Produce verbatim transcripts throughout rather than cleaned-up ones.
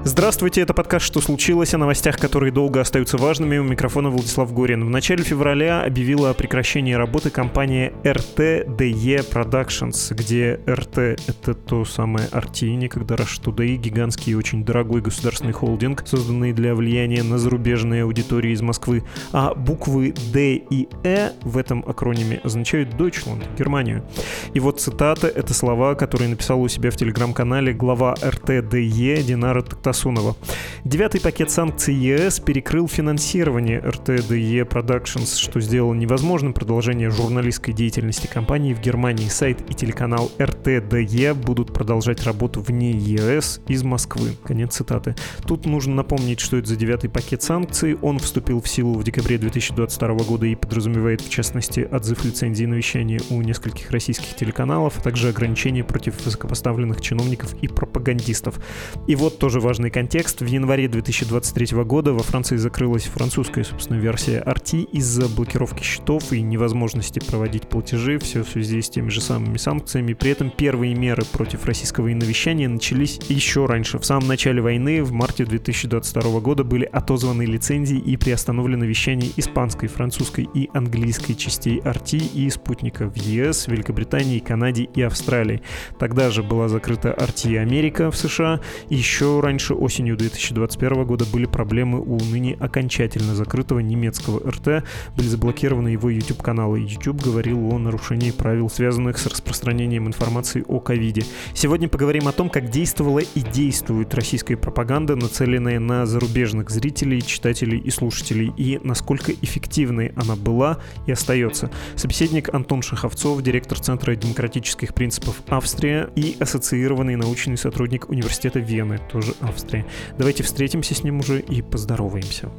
Здравствуйте, это подкаст «Что случилось?», о новостях, которые долго остаются важными. У микрофона Владислав Горин. В начале февраля объявила о прекращении работы компания эр тэ дэ и Productions, где эр тэ — это то самое ар ти, некогда Russia Today, гигантский и очень дорогой государственный холдинг, созданный для влияния на зарубежные аудитории из Москвы. А буквы «Д» и «Э» в этом акрониме означают Deutschland, Германию. И вот цитата — это слова, которые написал у себя в телеграм-канале глава эр тэ дэ и Динара Тактасунова. Девятый пакет санкций е эс перекрыл финансирование эр тэ дэ и Productions, что сделало невозможным продолжение журналистской деятельности компании в Германии. Сайт и телеканал эр тэ дэ и будут продолжать работу вне е эс из Москвы. Конец цитаты. Тут нужно напомнить, что это за девятый пакет санкций. Он вступил в силу в декабре две тысячи двадцать второго года и подразумевает, в частности, отзыв лицензии на вещание у нескольких российских телеканалов, а также ограничения против высокопоставленных чиновников и пропагандистов. И вот тоже важный контекст. В январе две тысячи двадцать третьего года во Франции закрылась французская, собственно, версия ар ти из-за блокировки счетов и невозможности проводить платежи, все в связи с теми же самыми санкциями. При этом первые меры против российского иновещания начались еще раньше. В самом начале войны, в марте две тысячи двадцать второго года, были отозваны лицензии и приостановлено вещание испанской, французской и английской частей ар ти и спутника в е эс, Великобритании, Канаде и Австралии. Тогда же была закрыта ар ти Америка в США. И еще раньше, осенью две тысячи двадцать первого года, были проблемы у ныне окончательно закрытого немецкого эр тэ. Были заблокированы его YouTube-каналы. YouTube говорил о нарушении правил, связанных с распространением информации о ковиде. Сегодня поговорим о том, как действовала и действует российская пропаганда, нацеленная на зарубежных зрителей, читателей и слушателей, и насколько эффективной она была и остается. Собеседник Антон Шаховцов, директор Центра демократических принципов Австрия и ассоциированный научный сотрудник Университета Вены, тоже Австрия. Давайте встретимся с ним уже и поздороваемся.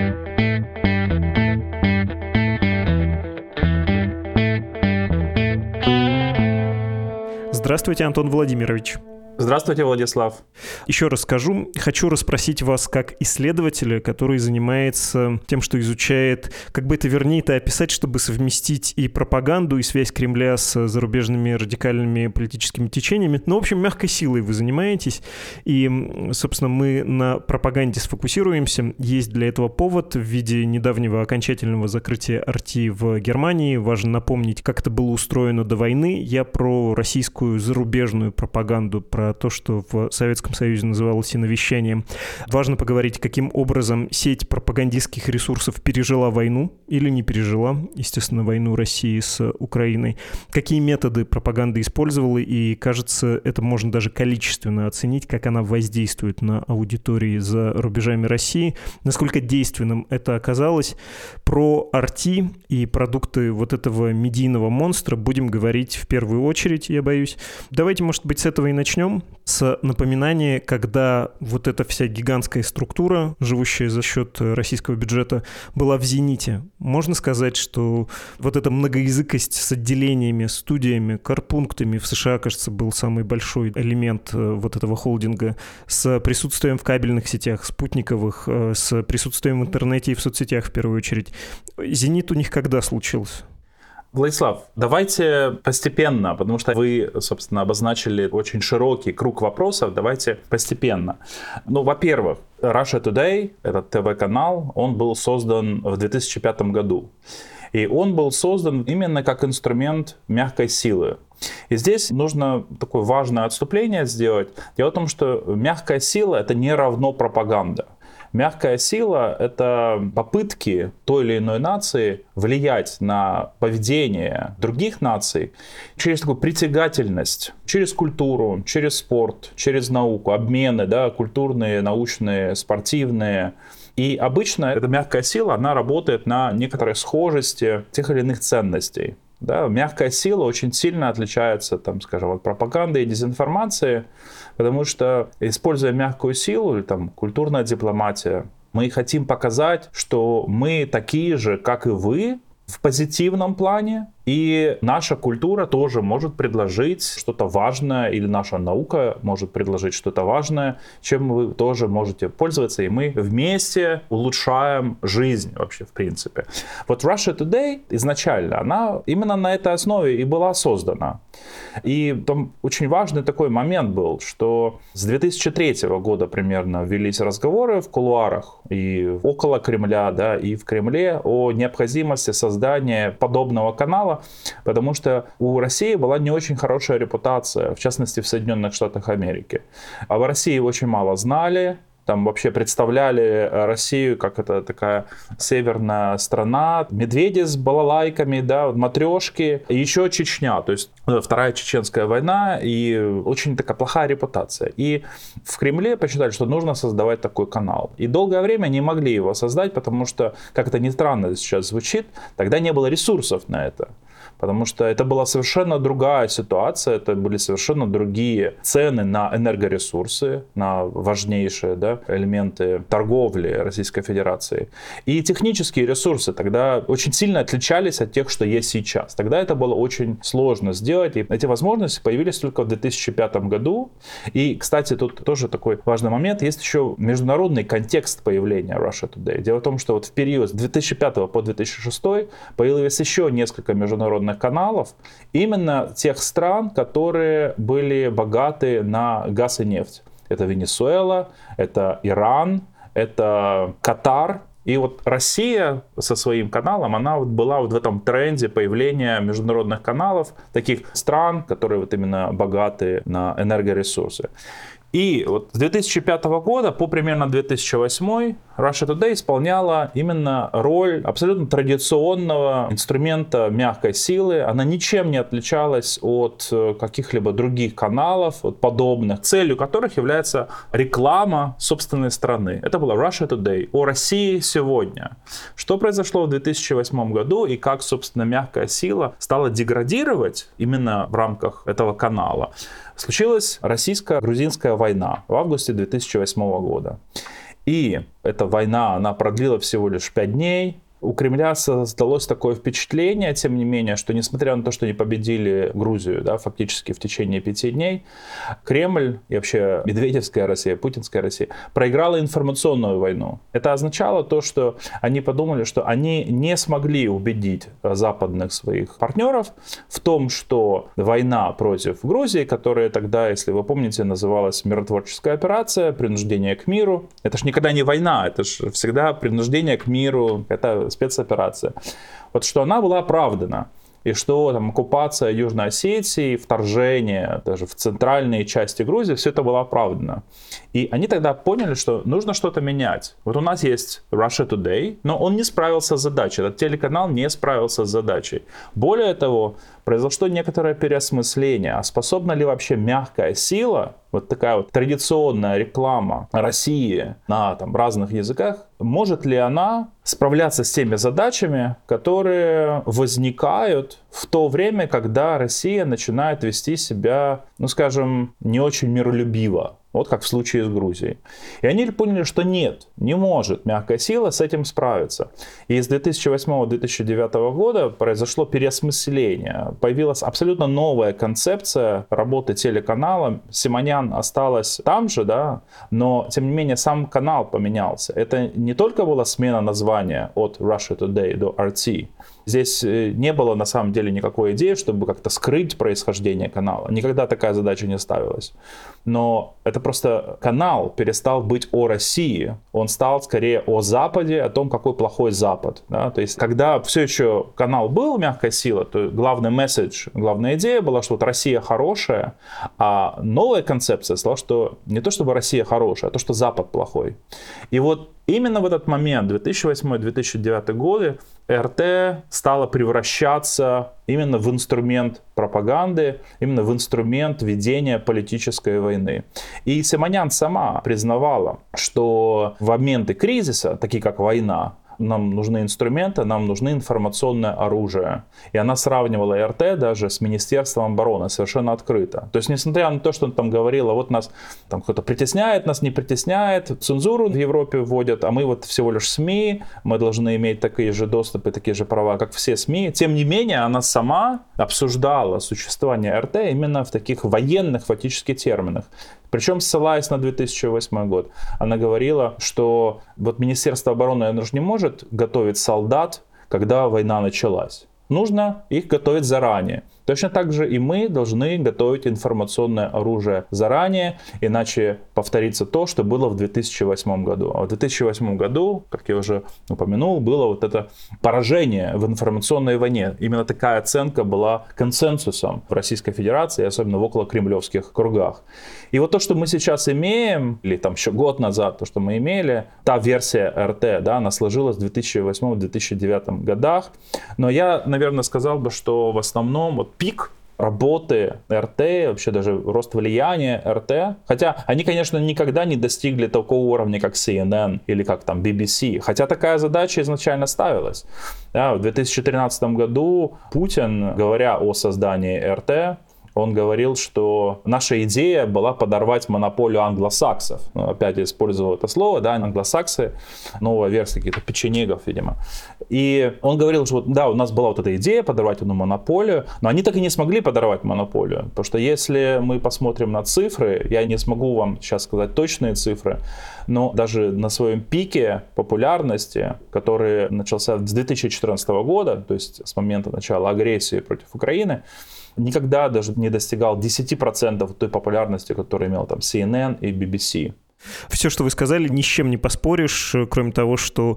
Здравствуйте, Антон Владимирович. Здравствуйте, Владислав. Еще раз скажу, хочу расспросить вас как исследователя, который занимается тем, что изучает, как бы это вернее-то описать, чтобы совместить и пропаганду, и связь Кремля с зарубежными радикальными политическими течениями. Ну, в общем, мягкой силой вы занимаетесь, и, собственно, мы на пропаганде сфокусируемся. Есть для этого повод в виде недавнего окончательного закрытия ар ти в Германии. Важно напомнить, как это было устроено до войны. Я про российскую зарубежную пропаганду, про то, что в Советском Союзе называлось иновещанием. Важно поговорить, каким образом сеть пропагандистских ресурсов пережила войну или не пережила, естественно, войну России с Украиной. Какие методы пропаганды использовала, и, кажется, это можно даже количественно оценить, как она воздействует на аудитории за рубежами России, насколько действенным это оказалось. Про ар ти и продукты вот этого медийного монстра будем говорить в первую очередь, я боюсь. Давайте, может быть, с этого и начнем. С напоминания, когда вот эта вся гигантская структура, живущая за счет российского бюджета, была в зените. Можно сказать, что вот эта многоязыкость с отделениями, студиями, корпунктами в США, кажется, был самый большой элемент вот этого холдинга, с присутствием в кабельных сетях, спутниковых, с присутствием в интернете и в соцсетях в первую очередь. Зенит у них когда случился? Владислав, давайте постепенно, потому что вы, собственно, обозначили очень широкий круг вопросов, давайте постепенно. Ну, во-первых, Russia Today, этот ТВ-канал, он был создан в две тысячи пятом году. И он был создан именно как инструмент мягкой силы. И здесь нужно такое важное отступление сделать. Дело в том, что мягкая сила — это не равно пропаганда. Мягкая сила — это попытки той или иной нации влиять на поведение других наций через такую притягательность, через культуру, через спорт, через науку, обмены, да, культурные, научные, спортивные. И обычно эта мягкая сила, она работает на некоторой схожести тех или иных ценностей. Да, мягкая сила очень сильно отличается, там, скажем, от пропаганды и дезинформации, потому что, используя мягкую силу, или там культурная дипломатия, мы хотим показать, что мы такие же, как и вы, в позитивном плане, И наша культура тоже может предложить что-то важное, или наша наука может предложить что-то важное, чем вы тоже можете пользоваться, и мы вместе улучшаем жизнь вообще в принципе. Вот Russia Today изначально, она именно на этой основе и была создана. И там очень важный такой момент был, что с две тысячи третьего года примерно велись разговоры в кулуарах и около Кремля, да, и в Кремле о необходимости создания подобного канала, потому что у России была не очень хорошая репутация, в частности в Соединенных Штатах Америки. А в России очень мало знали. Там вообще представляли Россию как это такая северная страна, медведи с балалайками, да, матрешки, и еще Чечня, то есть Вторая Чеченская война, и очень такая плохая репутация. И в Кремле посчитали, что нужно создавать такой канал. И долгое время не могли его создать, потому что, как это ни странно сейчас звучит, тогда не было ресурсов на это. Потому что это была совершенно другая ситуация, это были совершенно другие цены на энергоресурсы, на важнейшие, да, элементы торговли Российской Федерации. И технические ресурсы тогда очень сильно отличались от тех, что есть сейчас. Тогда это было очень сложно сделать, и эти возможности появились только в две тысячи пятом году. И, кстати, тут тоже такой важный момент, есть еще международный контекст появления Russia Today. Дело в том, что вот в период с две тысячи пятого по две тысячи шестой появилось еще несколько международных каналов именно тех стран, которые были богаты на газ и нефть. Это Венесуэла, это Иран, это Катар. И вот Россия со своим каналом, она вот была вот в этом тренде появления международных каналов, таких стран, которые вот именно богаты на энергоресурсы. И вот с две тысячи пятого года по примерно две тысячи восьмой Russia Today исполняла именно роль абсолютно традиционного инструмента мягкой силы. Она ничем не отличалась от каких-либо других каналов, от подобных, целью которых является реклама собственной страны. Это была Russia Today о России сегодня. Что произошло в две тысячи восьмом году и как, собственно, мягкая сила стала деградировать именно в рамках этого канала? Случилась российско-грузинская война в августе две тысячи восьмого года. И эта война, она продлила всего лишь пять дней. У Кремля создалось такое впечатление, тем не менее, что несмотря на то, что они победили Грузию, да, фактически в течение пяти дней, Кремль и вообще Медведевская Россия, Путинская Россия проиграла информационную войну. Это означало то, что они подумали, что они не смогли убедить западных своих партнеров в том, что война против Грузии, которая тогда, если вы помните, называлась миротворческая операция, принуждение к миру, это ж никогда не война, это ж всегда принуждение к миру, это спецоперация. Вот что она была оправдана. И что там оккупация Южной Осетии, вторжение даже в центральные части Грузии, все это было оправдано. И они тогда поняли, что нужно что-то менять. Вот у нас есть Russia Today, но он не справился с задачей. Этот телеканал не справился с задачей. Более того, произошло некоторое переосмысление. А способна ли вообще мягкая сила, вот такая вот традиционная реклама России на там, разных языках, может ли она справляться с теми задачами, которые возникают в то время, когда Россия начинает вести себя, ну скажем, не очень миролюбиво? Вот как в случае с Грузией. И они поняли, что нет, не может мягкая сила с этим справиться. И с две тысячи восьмого — две тысячи девятого года произошло переосмысление. Появилась абсолютно новая концепция работы телеканала. Симонян осталась там же, да, но тем не менее сам канал поменялся. Это не только была смена названия от Russia Today до эр ти. Здесь не было на самом деле никакой идеи, чтобы как-то скрыть происхождение канала. Никогда такая задача не ставилась. Но это просто канал перестал быть о России. Он стал скорее о Западе, о том, какой плохой Запад. Да? То есть, когда все еще канал был «Мягкая сила», то главный месседж, главная идея была, что вот Россия хорошая, а новая концепция стала, что не то, чтобы Россия хорошая, а то, что Запад плохой. И вот именно в этот момент, две тысячи восьмой — две тысячи девятый годы, эр тэ стала превращаться именно в инструмент пропаганды, именно в инструмент ведения политической войны. И Симонян сама признавала, что в моменты кризиса, такие как война, нам нужны инструменты, нам нужны информационное оружие. И она сравнивала эр тэ даже с Министерством обороны совершенно открыто. То есть, несмотря на то, что он там говорила, вот нас там кто-то притесняет, нас не притесняет, цензуру в Европе вводят, а мы вот всего лишь СМИ, мы должны иметь такие же доступы, такие же права, как все СМИ. Тем не менее, она сама обсуждала существование эр тэ именно в таких военных фактически терминах. Причем, ссылаясь на две тысячи восьмой год, она говорила, что вот Министерство обороны, оно же не может готовить солдат, когда война началась. Нужно их готовить заранее. Точно так же и мы должны готовить информационное оружие заранее, иначе повторится то, что было в две тысячи восьмом году. А в две тысячи восьмом году, как я уже упомянул, было вот это поражение в информационной войне. Именно такая оценка была консенсусом в Российской Федерации, особенно в околокремлевских кругах. И вот то, что мы сейчас имеем, или там еще год назад, то, что мы имели, та версия эр тэ, да, она сложилась в две тысячи восьмом - две тысячи девятом годах. Но я, наверное, сказал бы, что в основном вот пик работы эр тэ, вообще даже рост влияния эр тэ, хотя они, конечно, никогда не достигли такого уровня, как си эн эн или как там би би си, хотя такая задача изначально ставилась. Да, в две тысячи тринадцатом году Путин, говоря о создании эр тэ, он говорил, что наша идея была подорвать монополию англосаксов. Ну, опять я использовал это слово, да, англосаксы, новая версия каких-то печенегов, видимо. И он говорил, что да, у нас была вот эта идея подорвать эту монополию, но они так и не смогли подорвать монополию. Потому что если мы посмотрим на цифры, я не смогу вам сейчас сказать точные цифры, но даже на своем пике популярности, который начался с две тысячи четырнадцатого года, то есть с момента начала агрессии против Украины, никогда даже не достигал десять процентов той популярности, которую имел там си эн эн и би би си. Все, что вы сказали, ни с чем не поспоришь, кроме того, что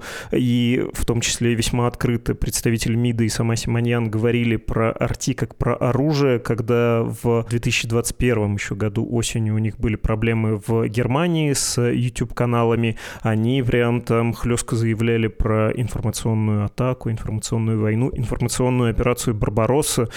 и в том числе весьма открыто представитель МИДа и сама Симоньян говорили про эр тэ как про оружие, когда в две тысячи двадцать первом еще году осенью у них были проблемы в Германии с YouTube-каналами, они прям там хлестко заявляли про информационную атаку, информационную войну, информационную операцию «Барбаросса».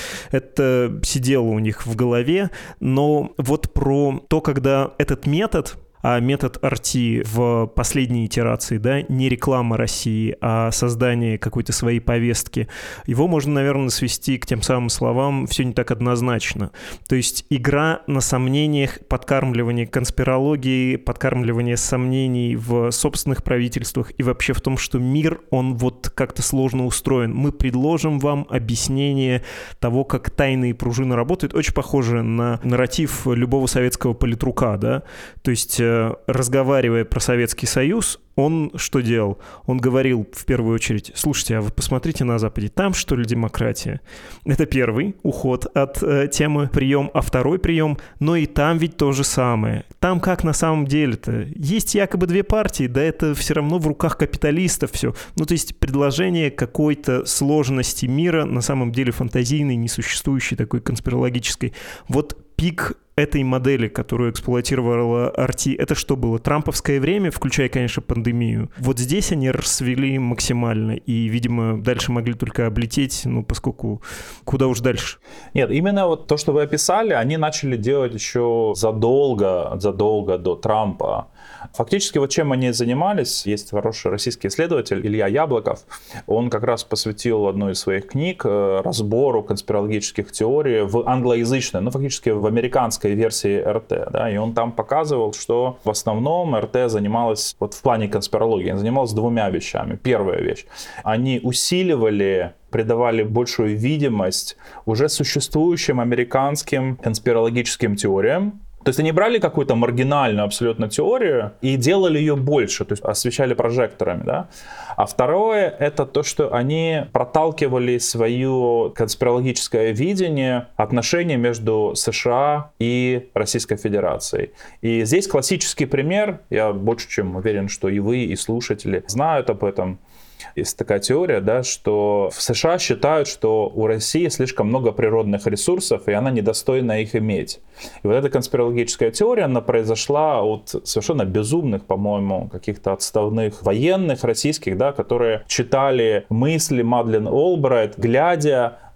Это сидело у них в голове, но вот про то, когда этот метод... А метод эр тэ в последней итерации, да, не реклама России, а создание какой-то своей повестки, его можно, наверное, свести к тем самым словам «все не так однозначно». То есть игра на сомнениях, подкармливание конспирологии, подкармливание сомнений в собственных правительствах и вообще в том, что мир, он вот как-то сложно устроен. Мы предложим вам объяснение того, как тайные пружины работают. Очень похоже на нарратив любого советского политрука, да, то есть разговаривая про Советский Союз, он что делал? Он говорил в первую очередь: слушайте, а вы посмотрите на Западе, там что ли демократия? Это первый уход от э, темы прием, а второй прием, но и там ведь то же самое. Там как на самом деле-то? Есть якобы две партии, да это все равно в руках капиталистов все. Ну то есть предложение какой-то сложности мира, на самом деле фантазийной, несуществующей, такой конспирологической. Вот пик этой модели, которую эксплуатировала эр тэ, это что было? Трамповское время, включая, конечно, пандемию. Вот здесь они расцвели максимально и, видимо, дальше могли только облететь, ну, поскольку куда уж дальше. Нет, именно вот то, что вы описали, они начали делать еще задолго, задолго до Трампа. Фактически вот чем они занимались, есть хороший российский исследователь Илья Яблоков, он как раз посвятил одну из своих книг разбору конспирологических теорий в англоязычной, ну фактически в американской версии эр тэ, да, и он там показывал, что в основном эр тэ занималась, вот в плане конспирологии, занималась двумя вещами. Первая вещь, они усиливали, придавали большую видимость уже существующим американским конспирологическим теориям. То есть они брали какую-то маргинальную абсолютно теорию и делали ее больше, то есть освещали прожекторами, да. А второе — это то, что они проталкивали свое конспирологическое видение отношений между США и Российской Федерацией. И здесь классический пример, я больше чем уверен, что и вы, и слушатели знают об этом. Есть такая теория, да, что в США считают, что у России слишком много природных ресурсов, и она недостойна их иметь. И вот эта конспирологическая теория, она произошла от совершенно безумных, по-моему, каких-то отставных военных российских, да, которые читали мысли Мадлен Олбрайт, глядя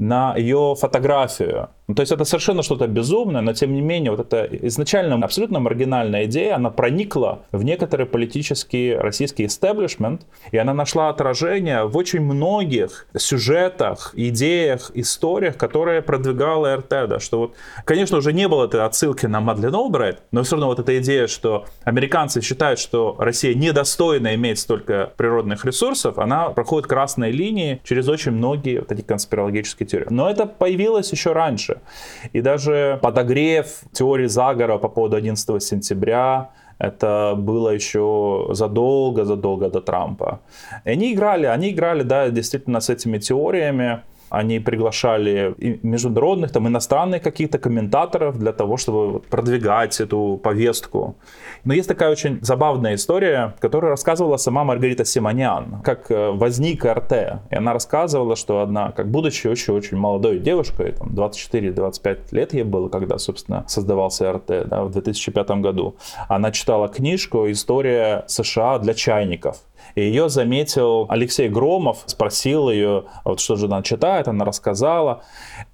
на ее фотографию. Ну, то есть это совершенно что-то безумное, но тем не менее вот эта изначально абсолютно маргинальная идея, она проникла в некоторый политический российский истеблишмент, и она нашла отражение в очень многих сюжетах, идеях, историях, которые продвигала эр тэ. Да, что вот, конечно, уже не было этой отсылки на Мадлен Олбрайт, но все равно вот эта идея, что американцы считают, что Россия недостойна иметь столько природных ресурсов, она проходит красной линией через очень многие вот эти конспирологические теории. Но это появилось еще раньше. И даже подогрев теории заговора по поводу одиннадцатого сентября, это было еще задолго-задолго до Трампа. И они играли, они играли, да, действительно с этими теориями. Они приглашали и международных, там, иностранных каких-то комментаторов для того, чтобы продвигать эту повестку. Но есть такая очень забавная история, которую рассказывала сама Маргарита Симонян, как возник эр тэ. И она рассказывала, что одна, как будучи очень-очень молодой девушкой, там, двадцать четыре - двадцать пять лет ей было, когда, собственно, создавался эр тэ, да, в две тысячи пятом году, она читала книжку «История США для чайников». И ее заметил Алексей Громов, спросил ее, вот что же она читает, она рассказала.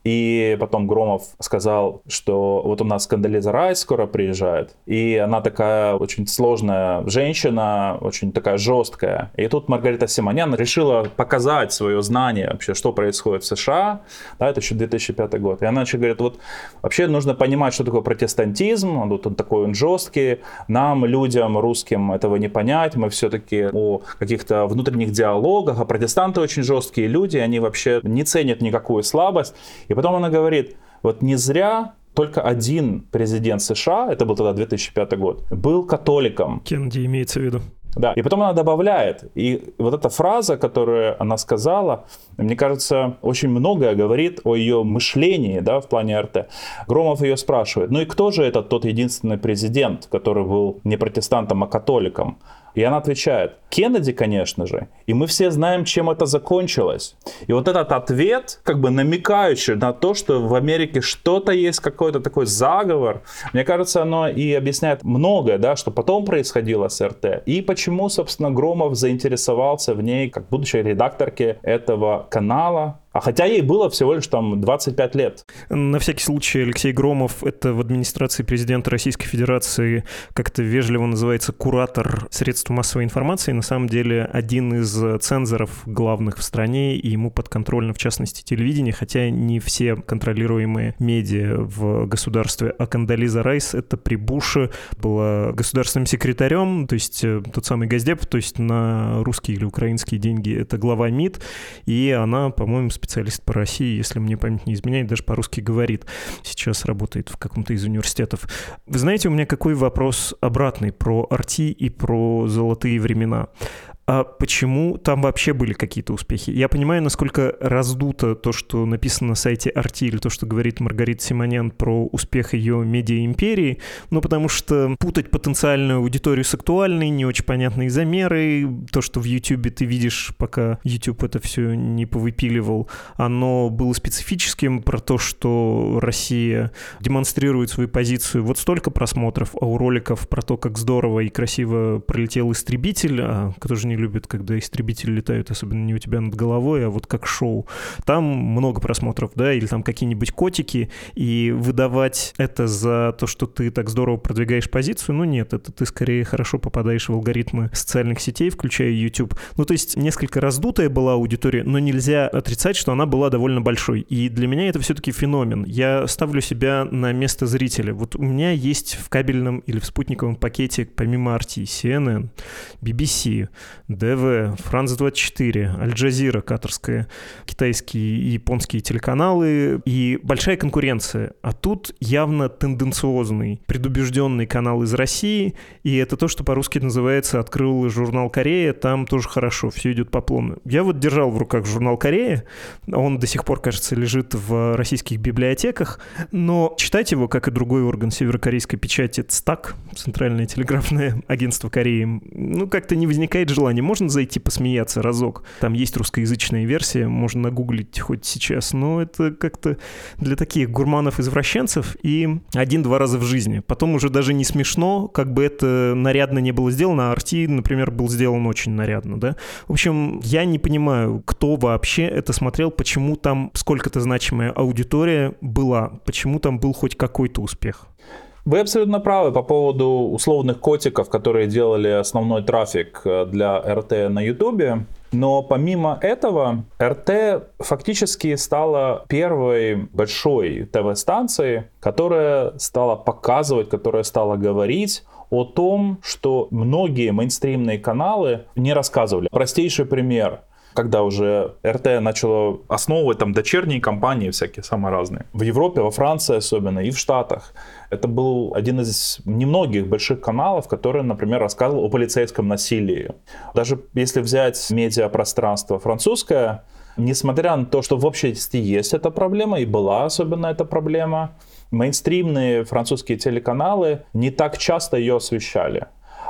И потом Громов сказал, что вот у нас Кондолиза Райс скоро приезжает. И она такая очень сложная женщина, очень такая жесткая. И тут Маргарита Симонян решила показать свое знание вообще, что происходит в США. Да, это еще две тысячи пятый год. И она еще говорит, вот вообще нужно понимать, что такое протестантизм. Вот он такой, он жесткий. Нам, людям, русским, этого не понять. Мы все-таки о каких-то внутренних диалогах. А протестанты очень жесткие люди. Они вообще не ценят никакую слабость. И потом она говорит, вот не зря только один президент США, это был тогда две тысячи пятый год, был католиком. Кеннеди имеется в виду. Да, и потом она добавляет, и вот эта фраза, которую она сказала, мне кажется, очень многое говорит о ее мышлении, да, в плане эр тэ. Громов ее спрашивает, ну и кто же этот тот единственный президент, который был не протестантом, а католиком? И она отвечает, Кеннеди, конечно же, и мы все знаем, чем это закончилось. И вот этот ответ, как бы намекающий на то, что в Америке что-то есть, какой-то такой заговор, мне кажется, оно и объясняет многое, да, что потом происходило с эр тэ. И почему, собственно, Громов заинтересовался в ней, как будущей редакторке этого канала. А хотя ей было всего лишь там двадцать пять лет. На всякий случай, Алексей Громов — это в администрации президента Российской Федерации, как-то вежливо называется, куратор средств массовой информации. На самом деле один из цензоров главных в стране, и ему подконтрольно, в частности, телевидение, хотя не все контролируемые медиа в государстве. А Кондолиза Райс — это при Буше была государственным секретарем, то есть тот самый Госдеп, то есть на русские или украинские деньги это глава МИД, и она, по-моему, специалист по России, если мне память не изменяет, даже по-русски говорит. Сейчас работает в каком-то из университетов. Вы знаете, у меня какой вопрос обратный про эр тэ и про золотые времена. А почему там вообще были какие-то успехи? Я понимаю, насколько раздуто то, что написано на сайте эр тэ, или то, что говорит Маргарита Симонян про успех ее медиа-империи, ну, потому что путать потенциальную аудиторию с актуальной, не очень понятные замеры, то, что в Ютубе ты видишь, пока YouTube это все не повыпиливал, оно было специфическим, про то, что Россия демонстрирует свою позицию. Вот столько просмотров, а у роликов про то, как здорово и красиво пролетел истребитель, а, который же не любят, когда истребители летают, особенно не у тебя над головой, а вот как шоу. Там много просмотров, да, или там какие-нибудь котики, и выдавать это за то, что ты так здорово продвигаешь позицию, ну нет, это ты скорее хорошо попадаешь в алгоритмы социальных сетей, включая YouTube. Ну, то есть несколько раздутая была аудитория, но нельзя отрицать, что она была довольно большой. И для меня это все-таки феномен. Я ставлю себя на место зрителя. Вот у меня есть в кабельном или в спутниковом пакете, помимо эр тэ, си эн эн, би би си, дэ вэ, Франс двадцать четыре, Аль-Джазира катарская, китайские и японские телеканалы и большая конкуренция. А тут явно тенденциозный, предубежденный канал из России, и это то, что по-русски называется «Открыл журнал Корея», там тоже хорошо, все идет по плану. Я вот держал в руках журнал Корея, он до сих пор, кажется, лежит в российских библиотеках, но читать его, как и другой орган северокорейской печати, ЦТАК, Центральное телеграфное агентство Кореи, ну как-то не возникает желания. не можно зайти посмеяться разок? Там есть русскоязычная версия, можно нагуглить хоть сейчас, но это как-то для таких гурманов-извращенцев и один-два раза в жизни. Потом уже даже не смешно, как бы это нарядно не было сделано, а Арти, например, был сделан очень нарядно, да? В общем, я не понимаю, кто вообще это смотрел, почему там сколько-то значимая аудитория была, почему там был хоть какой-то успех. Вы абсолютно правы по поводу условных котиков, которые делали основной трафик для эр тэ на Ютубе. Но помимо этого, эр тэ фактически стала первой большой ТВ-станцией, которая стала показывать, которая стала говорить о том, что многие мейнстримные каналы не рассказывали. Простейший пример. Когда уже эр тэ начало основывать там дочерние компании всякие самые разные. В Европе, во Франции особенно, и в Штатах. Это был один из немногих больших каналов, который, например, рассказывал о полицейском насилии. Даже если взять медиапространство французское, несмотря на то, что в обществе есть эта проблема, и была особенно эта проблема, мейнстримные французские телеканалы не так часто ее освещали.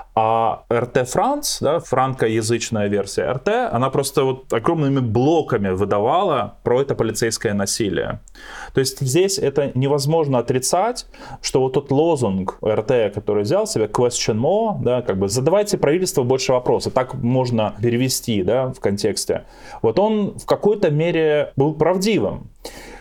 А эр тэ France, да, франкоязычная версия эр тэ, она просто вот огромными блоками выдавала про это полицейское насилие. То есть здесь это невозможно отрицать, что вот тот лозунг эр тэ, который взял себе question more, да, как бы задавайте правительству больше вопросов, так можно перевести, да, в контексте. Вот он в какой-то мере был правдивым.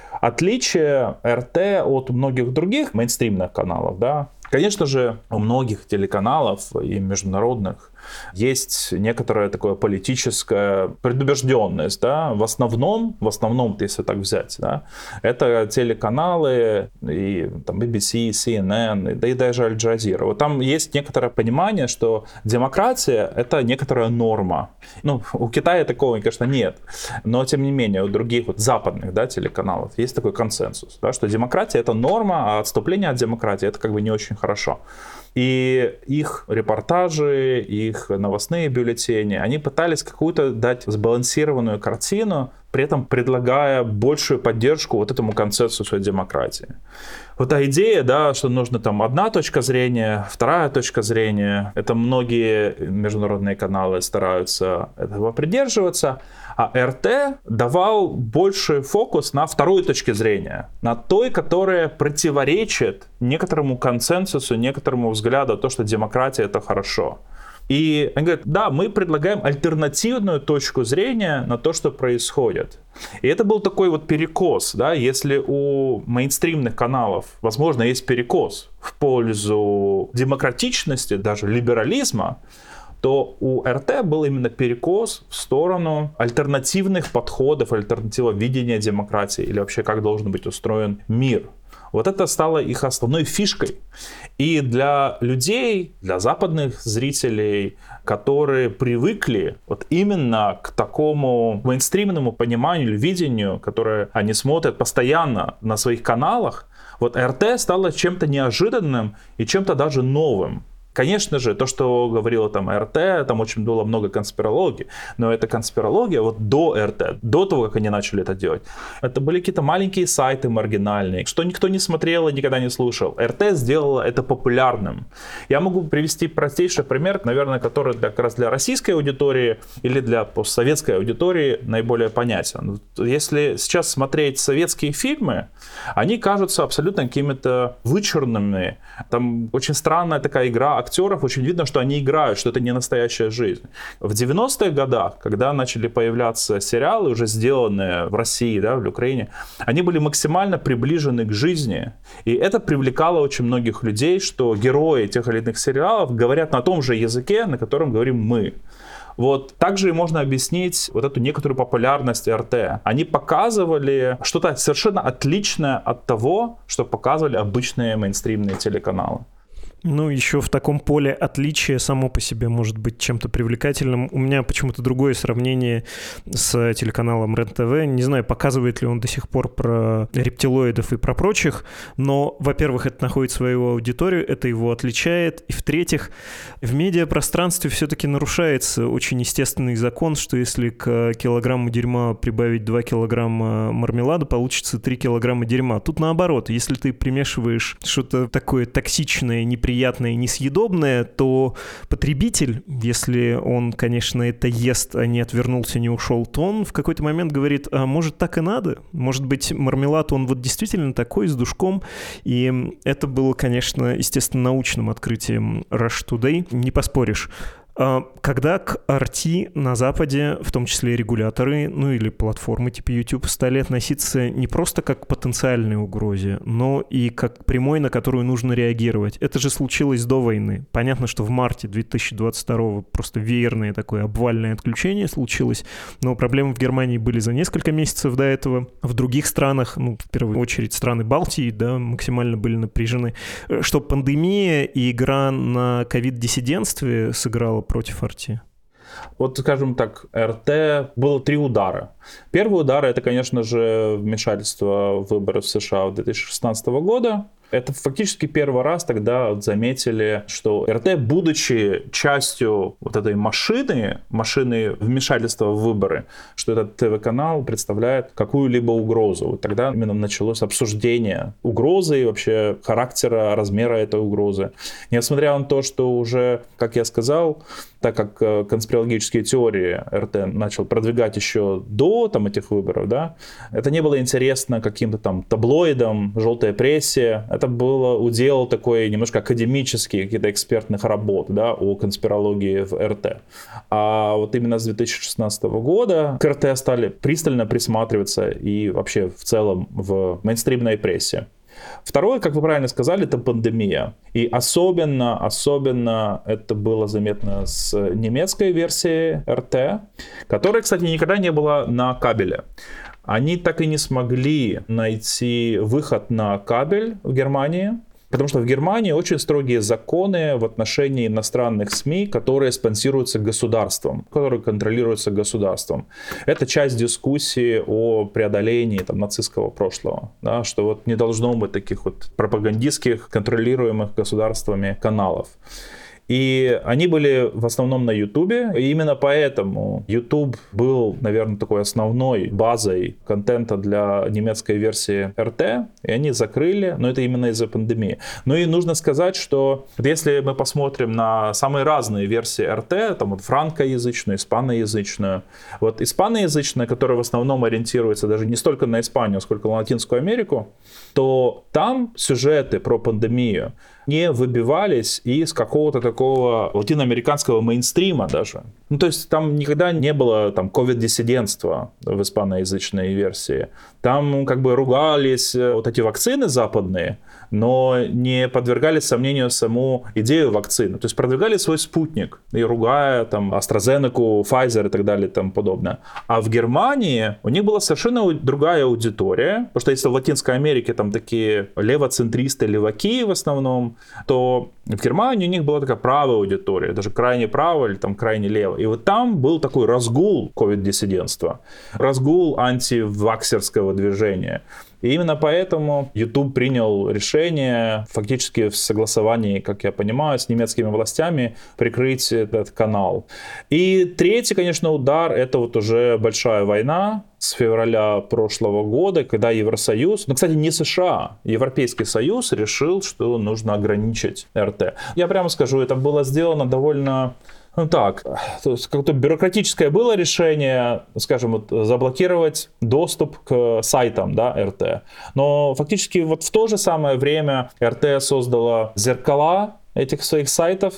Отличие эр тэ от многих других мейнстримных каналов, да, конечно же, у многих телеканалов и международных есть некоторая такая политическая предубежденность, да, в основном, в основном, если так взять, да, это телеканалы и там би би си, си эн эн, да и даже Аль Джазира. Вот там есть некоторое понимание, что демократия — это некоторая норма. Ну, у Китая такого, конечно, нет, но тем не менее у других вот западных, да, телеканалов есть такой консенсус, да, что демократия — это норма, а отступление от демократии — это как бы не очень хорошо. И их репортажи, их новостные бюллетени, они пытались какую-то дать сбалансированную картину, при этом предлагая большую поддержку вот этому консенсусу демократии. Вот та идея, да, что нужно там одна точка зрения, вторая точка зрения, это многие международные каналы стараются этого придерживаться, а эр тэ давал больший фокус на второй точке зрения, на той, которая противоречит некоторому консенсусу, некоторому взгляду, то, что демократия — это хорошо. И они говорят, да, мы предлагаем альтернативную точку зрения на то, что происходит. И это был такой вот перекос, да, если у мейнстримных каналов, возможно, есть перекос в пользу демократичности, даже либерализма, то у эр тэ был именно перекос в сторону альтернативных подходов, альтернативного видения демократии или вообще как должен быть устроен мир. Вот это стало их основной фишкой. И для людей, для западных зрителей, которые привыкли вот именно к такому мейнстримному пониманию или видению, которое они смотрят постоянно на своих каналах, вот эр тэ стало чем-то неожиданным и чем-то даже новым. Конечно же, то, что говорила там эр тэ, там очень было много конспирологии, но эта конспирология вот до эр тэ, до того, как они начали это делать, это были какие-то маленькие сайты маргинальные, что никто не смотрел и никогда не слушал. эр тэ сделала это популярным. Я могу привести простейший пример, наверное, который для, как раз для российской аудитории или для постсоветской аудитории наиболее понятен. Если сейчас смотреть советские фильмы, они кажутся абсолютно какими-то вычурными. Там очень странная такая игра актеров, очень видно, что они играют, что это не настоящая жизнь. В девяностых годах, когда начали появляться сериалы, уже сделанные в России, да, в Украине, они были максимально приближены к жизни. И это привлекало очень многих людей, что герои тех или иных сериалов говорят на том же языке, на котором говорим мы. Вот также и можно объяснить вот эту некоторую популярность эр тэ. Они показывали что-то совершенно отличное от того, что показывали обычные мейнстримные телеканалы. Ну, еще в таком поле отличие само по себе может быть чем-то привлекательным. У меня почему-то другое сравнение с телеканалом РЕН-ТВ. Не знаю, показывает ли он до сих пор про рептилоидов и про прочих, но, во-первых, это находит свою аудиторию, это его отличает. И, в-третьих, в медиапространстве все-таки нарушается очень естественный закон, что если к килограмму дерьма прибавить два килограмма мармелада, получится три килограмма дерьма. Тут наоборот, если ты примешиваешь что-то такое токсичное, неприятное, неприятное, несъедобное, то потребитель, если он, конечно, это ест, а не отвернулся, не ушел, то он в какой-то момент говорит, а может так и надо? Может быть, мармелад, он вот действительно такой, с душком? И это было, конечно, естественно, научным открытием Russia Today, не поспоришь. Когда к ар ти на Западе, в том числе и регуляторы, ну или платформы типа YouTube, стали относиться не просто как к потенциальной угрозе, но и как к прямой, на которую нужно реагировать. Это же случилось до войны. Понятно, что в марте две тысячи двадцать второго просто веерное такое обвальное отключение случилось, но проблемы в Германии были за несколько месяцев до этого. В других странах, ну, в первую очередь страны Балтии, да, максимально были напряжены. Что пандемия и игра на ковид-диссидентстве сыграла против ар ти? Вот, скажем так, эр тэ было три удара. Первый удар — это, конечно же, вмешательство в выборы в США две тысячи шестнадцатого года. Это фактически первый раз тогда заметили, что эр тэ, будучи частью вот этой машины, машины вмешательства в выборы, что этот ТВ-канал представляет какую-либо угрозу. Вот тогда именно началось обсуждение угрозы и вообще характера, размера этой угрозы. Несмотря на то, что уже, как я сказал, так как конспирологические теории эр тэ начал продвигать еще до там, этих выборов, да, это не было интересно каким-то там таблоидам, желтой прессе. Это было удел такой немножко академический, каких-то экспертных работ, да, о конспирологии в эр тэ. А вот именно с две тысячи шестнадцатого года к эр тэ стали пристально присматриваться и вообще в целом в мейнстримной прессе. Второе, как вы правильно сказали, это пандемия. И особенно, особенно это было заметно с немецкой версией эр тэ, которая, кстати, никогда не была на кабеле. Они так и не смогли найти выход на кабель в Германии, потому что в Германии очень строгие законы в отношении иностранных СМИ, которые спонсируются государством, которые контролируются государством. Это часть дискуссии о преодолении там, нацистского прошлого, да, что вот не должно быть таких вот пропагандистских, контролируемых государствами каналов. И они были в основном на Ютубе, и именно поэтому Ютуб был, наверное, такой основной базой контента для немецкой версии эр тэ, и они закрыли, но это именно из-за пандемии. Ну и нужно сказать, что если мы посмотрим на самые разные версии эр тэ, там вот франкоязычную, испаноязычную, вот испаноязычная, которая в основном ориентируется даже не столько на Испанию, сколько на Латинскую Америку, то там сюжеты про пандемию не выбивались из какого-то такого латиноамериканского мейнстрима даже. Ну, то есть там никогда не было там ковид-диссидентства в испаноязычной версии. Там как бы ругались вот эти вакцины западные, но не подвергали сомнению саму идею вакцины. То есть продвигали свой спутник, и ругая там AstraZeneca, Pfizer и так далее и тому подобное. А в Германии у них была совершенно другая аудитория, потому что если в Латинской Америке там такие левоцентристы, леваки в основном, то в Германии у них была такая правая аудитория, даже крайне правая или там крайне левая. И вот там был такой разгул ковид-диссидентства, разгул антиваксерского движения. И именно поэтому YouTube принял решение, фактически в согласовании, как я понимаю, с немецкими властями прикрыть этот канал. И третий, конечно, удар — это вот уже большая война с февраля прошлого года, когда Евросоюз, ну, кстати, не США, Европейский Союз решил, что нужно ограничить эр тэ. Я прямо скажу, это было сделано довольно... Ну так, то есть какое-то бюрократическое было решение, скажем, вот, заблокировать доступ к сайтам, да, эр тэ. Но фактически вот в то же самое время эр тэ создала зеркала этих своих сайтов,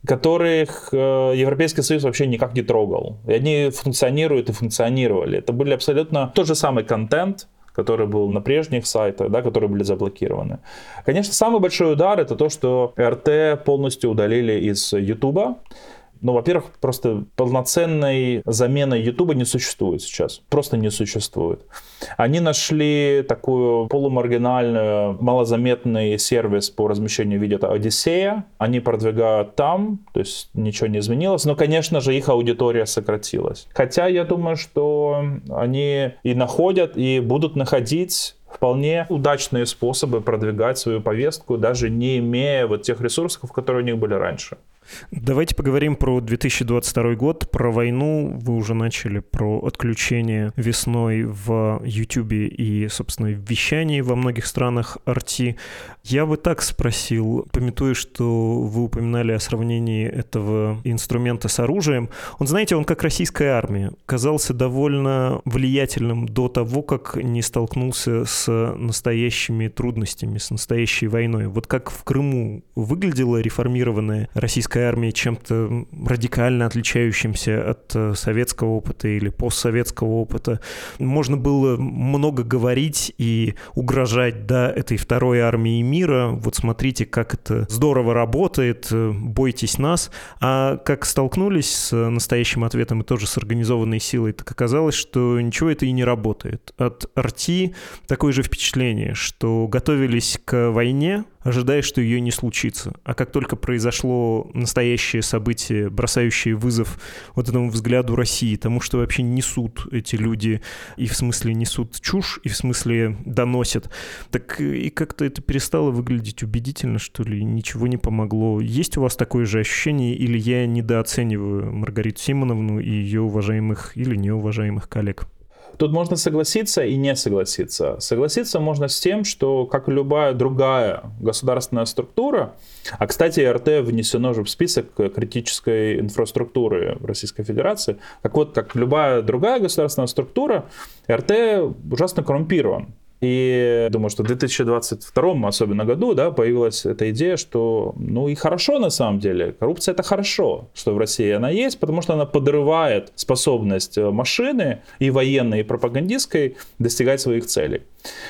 которых э, Европейский Союз вообще никак не трогал. И они функционируют и функционировали. Это были абсолютно тот же самый контент, который был на прежних сайтах, да, которые были заблокированы. Конечно, самый большой удар — это то, что эр тэ полностью удалили из Ютуба. Ну, во-первых, просто полноценной замены Ютуба не существует сейчас. Просто не существует. Они нашли такую полумаргинальную, малозаметный сервис по размещению видео, это Одиссея. Они продвигают там, то есть ничего не изменилось. Но, конечно же, их аудитория сократилась. Хотя я думаю, что они и находят, и будут находить вполне удачные способы продвигать свою повестку, даже не имея вот тех ресурсов, которые у них были раньше. Давайте поговорим про две тысячи двадцать второй год, про войну. Вы уже начали про отключение весной в Ютубе и, собственно, в вещании во многих странах эр ти. Я бы так спросил, памятуя, что вы упоминали о сравнении этого инструмента с оружием. Он, знаете, он как российская армия. Казался довольно влиятельным до того, как не столкнулся с настоящими трудностями, с настоящей войной. Вот как в Крыму выглядела реформированная российская армия чем-то радикально отличающимся от советского опыта или постсоветского опыта. Можно было много говорить и угрожать, да, этой второй армии мира. Вот смотрите, как это здорово работает, бойтесь нас. А как столкнулись с настоящим ответом и тоже с организованной силой, так оказалось, что ничего это и не работает. От эр ти такое же впечатление, что готовились к войне, ожидая, что ее не случится. А как только произошло настоящее событие, бросающее вызов вот этому взгляду России, тому, что вообще несут эти люди, и в смысле несут чушь, и в смысле доносят, так и как-то это перестало выглядеть убедительно, что ли, ничего не помогло. Есть у вас такое же ощущение, или я недооцениваю Маргариту Симоновну и ее уважаемых или неуважаемых коллег? Тут можно согласиться и не согласиться. Согласиться можно с тем, что, как и любая другая государственная структура, а, кстати, эр тэ внесено же в список критической инфраструктуры Российской Федерации, так вот, как любая другая государственная структура, эр тэ ужасно коррумпирован. И думаю, что в две тысячи двадцать втором, особенно году, да, появилась эта идея, что, ну и хорошо на самом деле, коррупция это хорошо, что в России она есть, потому что она подрывает способность машины и военной, и пропагандистской достигать своих целей.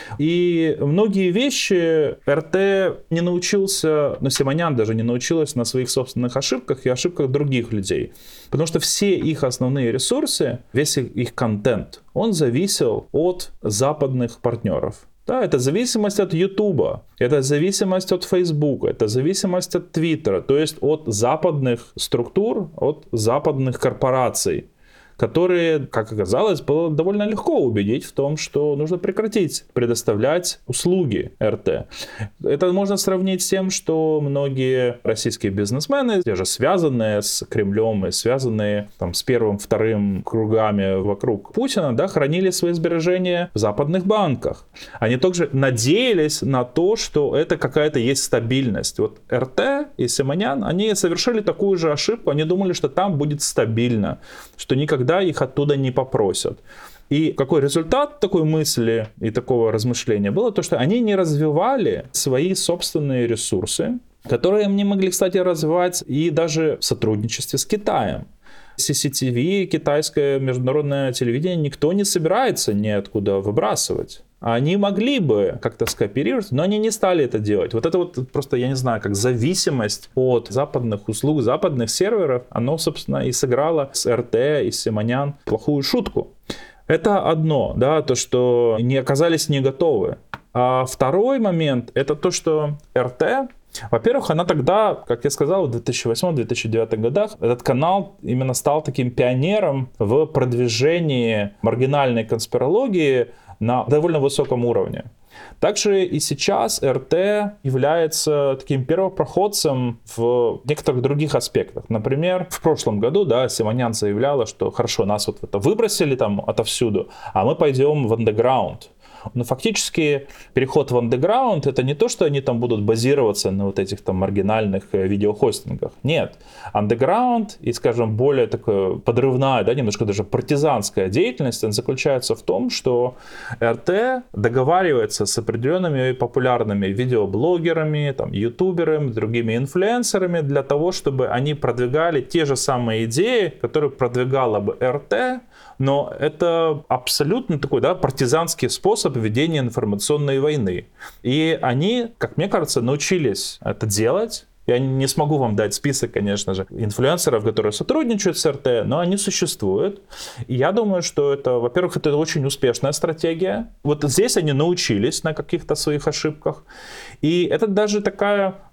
И многие вещи эр тэ не научился, ну Симонян даже не научилась на своих собственных ошибках и ошибках других людей. Потому что все их основные ресурсы, весь их, их контент, он зависел от западных партнеров. Да, это зависимость от Ютуба, это зависимость от Фейсбука, это зависимость от Твиттера, то есть от западных структур, от западных корпораций, которые, как оказалось, было довольно легко убедить в том, что нужно прекратить предоставлять услуги эр тэ. Это можно сравнить с тем, что многие российские бизнесмены, те же связанные с Кремлем и связанные там, с первым, вторым кругами вокруг Путина, да, хранили свои сбережения в западных банках. Они также надеялись на то, что это какая-то есть стабильность. Вот эр тэ и Симонян, они совершили такую же ошибку, они думали, что там будет стабильно, что никогда их оттуда не попросят. И какой результат такой мысли и такого размышления было? То, что они не развивали свои собственные ресурсы, которые они могли, кстати, развивать и даже в сотрудничестве с Китаем. си си ти ви, китайское международное телевидение, никто не собирается ниоткуда выбрасывать. Они могли бы как-то скооперироваться, но они не стали это делать. Вот это вот просто, я не знаю, как зависимость от западных услуг, западных серверов, оно, собственно, и сыграло с эр тэ и Симонян плохую шутку. Это одно, да, то, что не оказались не готовы. А второй момент, это то, что эр тэ, во-первых, она тогда, как я сказал, в две тысячи восьмом - две тысячи девятом годах этот канал именно стал таким пионером в продвижении маргинальной конспирологии на довольно высоком уровне. Также и сейчас эр тэ является таким первопроходцем в некоторых других аспектах. Например, в прошлом году, да, Симонян заявляла, что хорошо, нас вот это выбросили там отовсюду, а мы пойдем в андеграунд. Но фактически переход в андеграунд — это не то, что они там будут базироваться на вот этих там маргинальных видеохостингах. Нет. Андеграунд и, скажем, более такая подрывная, да, немножко даже партизанская деятельность, она заключается в том, что эр тэ договаривается с определенными популярными видеоблогерами, там, ютуберами, другими инфлюенсерами для того, чтобы они продвигали те же самые идеи, которые продвигала бы эр тэ, но это абсолютно такой, да, партизанский способ ведения информационной войны. И они, как мне кажется, научились это делать. Я не смогу вам дать список, конечно же, инфлюенсеров, которые сотрудничают с эр тэ, но они существуют. И я думаю, что это, во-первых, это очень успешная стратегия. Вот здесь они научились на каких-то своих ошибках. И это даже такая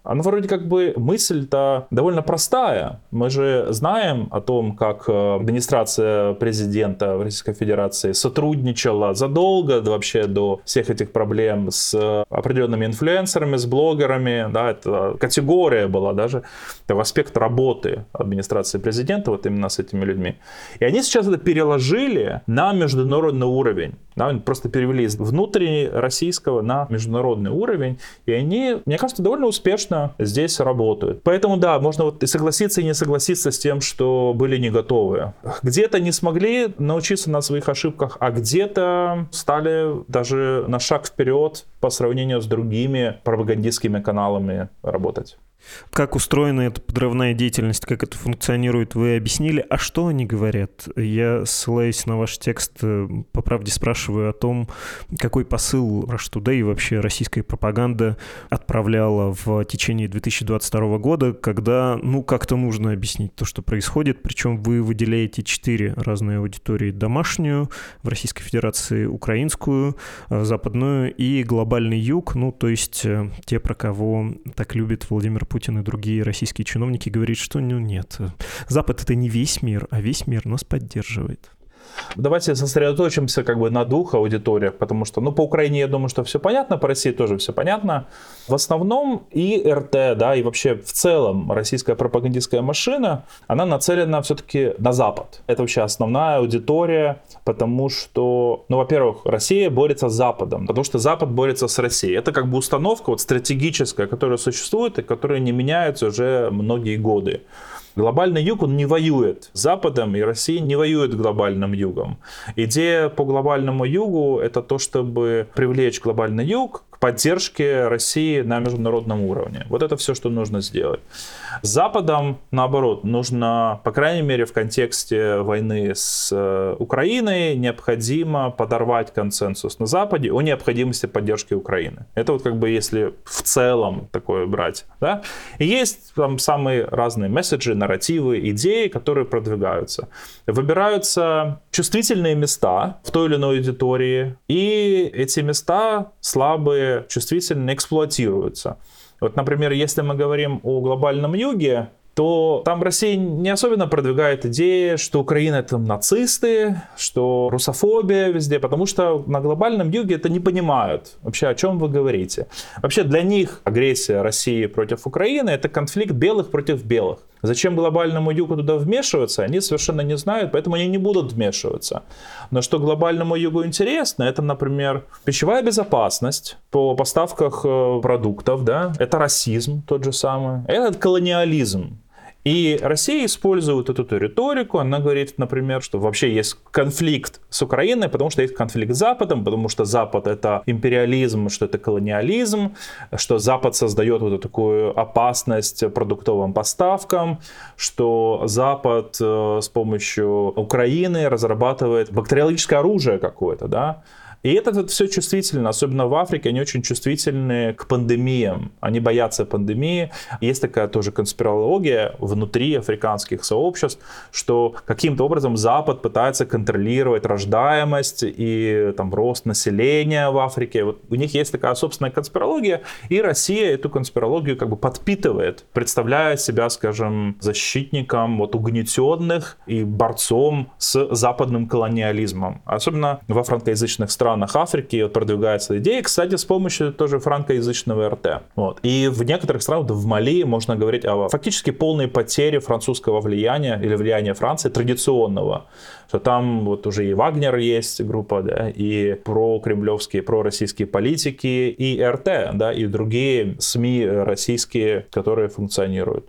Она вроде как бы мысль-то довольно простая. Мы же знаем о том, как администрация президента Российской Федерации сотрудничала задолго вообще до всех этих проблем с определенными инфлюенсерами, с блогерами. Да, это категория была даже, это аспект работы администрации президента вот именно с этими людьми. И они сейчас это переложили на международный уровень. Да, они просто перевели из внутреннего российского на международный уровень. И они, мне кажется, довольно успешно здесь работают. Поэтому да, можно вот и согласиться, и не согласиться с тем, что были не готовы. Где-то не смогли научиться на своих ошибках, а где-то стали даже на шаг вперед по сравнению с другими пропагандистскими каналами работать. Как устроена эта подрывная деятельность, как это функционирует, вы объяснили. А что они говорят? Я, ссылаясь на ваш текст, по правде спрашиваю о том, какой посыл Russia Today и вообще российская пропаганда отправляла в течение две тысячи двадцать второго года, когда, ну, как-то нужно объяснить то, что происходит. Причем вы выделяете четыре разные аудитории: домашнюю в Российской Федерации, украинскую, западную и глобальный юг, ну, то есть те, про кого так любит Владимир Путин и другие российские чиновники, говорят, что ну нет, Запад — это не весь мир, а весь мир нас поддерживает. Давайте сосредоточимся как бы на двух аудиториях, потому что, ну, по Украине, я думаю, что все понятно, по России тоже все понятно. В основном и эр тэ, да, и вообще в целом российская пропагандистская машина, она нацелена все-таки на Запад. Это вообще основная аудитория, потому что, ну, во-первых, Россия борется с Западом, потому что Запад борется с Россией. Это как бы установка вот стратегическая, которая существует и которая не меняется уже многие годы. Глобальный юг, он не воюет с Западом, и Россия не воюет с глобальным югом. Идея по глобальному югу — это то, чтобы привлечь глобальный юг к поддержке России на международном уровне. Вот это все, что нужно сделать. С Западом, наоборот, нужно, по крайней мере, в контексте войны с Украиной, необходимо подорвать консенсус на Западе о необходимости поддержки Украины. Это вот как бы если в целом такое брать. Да? И есть там самые разные месседжи, нарративы, идеи, которые продвигаются. Выбираются чувствительные места в той или иной аудитории, и эти места слабые, чувствительные, эксплуатируются. Вот, например, если мы говорим о глобальном юге, то там Россия не особенно продвигает идеи, что Украина — это нацисты, что русофобия везде, потому что на глобальном юге это не понимают вообще, о чем вы говорите. Вообще для них агрессия России против Украины — это конфликт белых против белых. Зачем глобальному югу туда вмешиваться, они совершенно не знают, поэтому они не будут вмешиваться. Но что глобальному югу интересно, это, например, пищевая безопасность по поставках продуктов, да? Это расизм тот же самый, это колониализм. И Россия использует эту, эту риторику, она говорит, например, что вообще есть конфликт с Украиной, потому что есть конфликт с Западом, потому что Запад — это империализм, что это колониализм, что Запад создает вот такую опасность продуктовым поставкам, что Запад э, с помощью Украины разрабатывает бактериологическое оружие какое-то, да. И это, это все чувствительно, особенно в Африке, они очень чувствительны к пандемиям, они боятся пандемии. Есть такая тоже конспирология внутри африканских сообществ, что каким-то образом Запад пытается контролировать рождаемость и там, рост населения в Африке. Вот у них есть такая собственная конспирология, и Россия эту конспирологию как бы подпитывает, представляя себя, скажем, защитником вот, угнетенных и борцом с западным колониализмом. Особенно во франкоязычных странах Африки вот, продвигается идея, кстати, с помощью тоже франкоязычного эр тэ. Вот. И в некоторых странах, в Мали, можно говорить о фактически полной потере французского влияния или влияния Франции традиционного. Что там вот уже и Вагнер есть группа, да, и прокремлевские, пророссийские политики, и эр тэ, да, и другие СМИ российские, которые функционируют.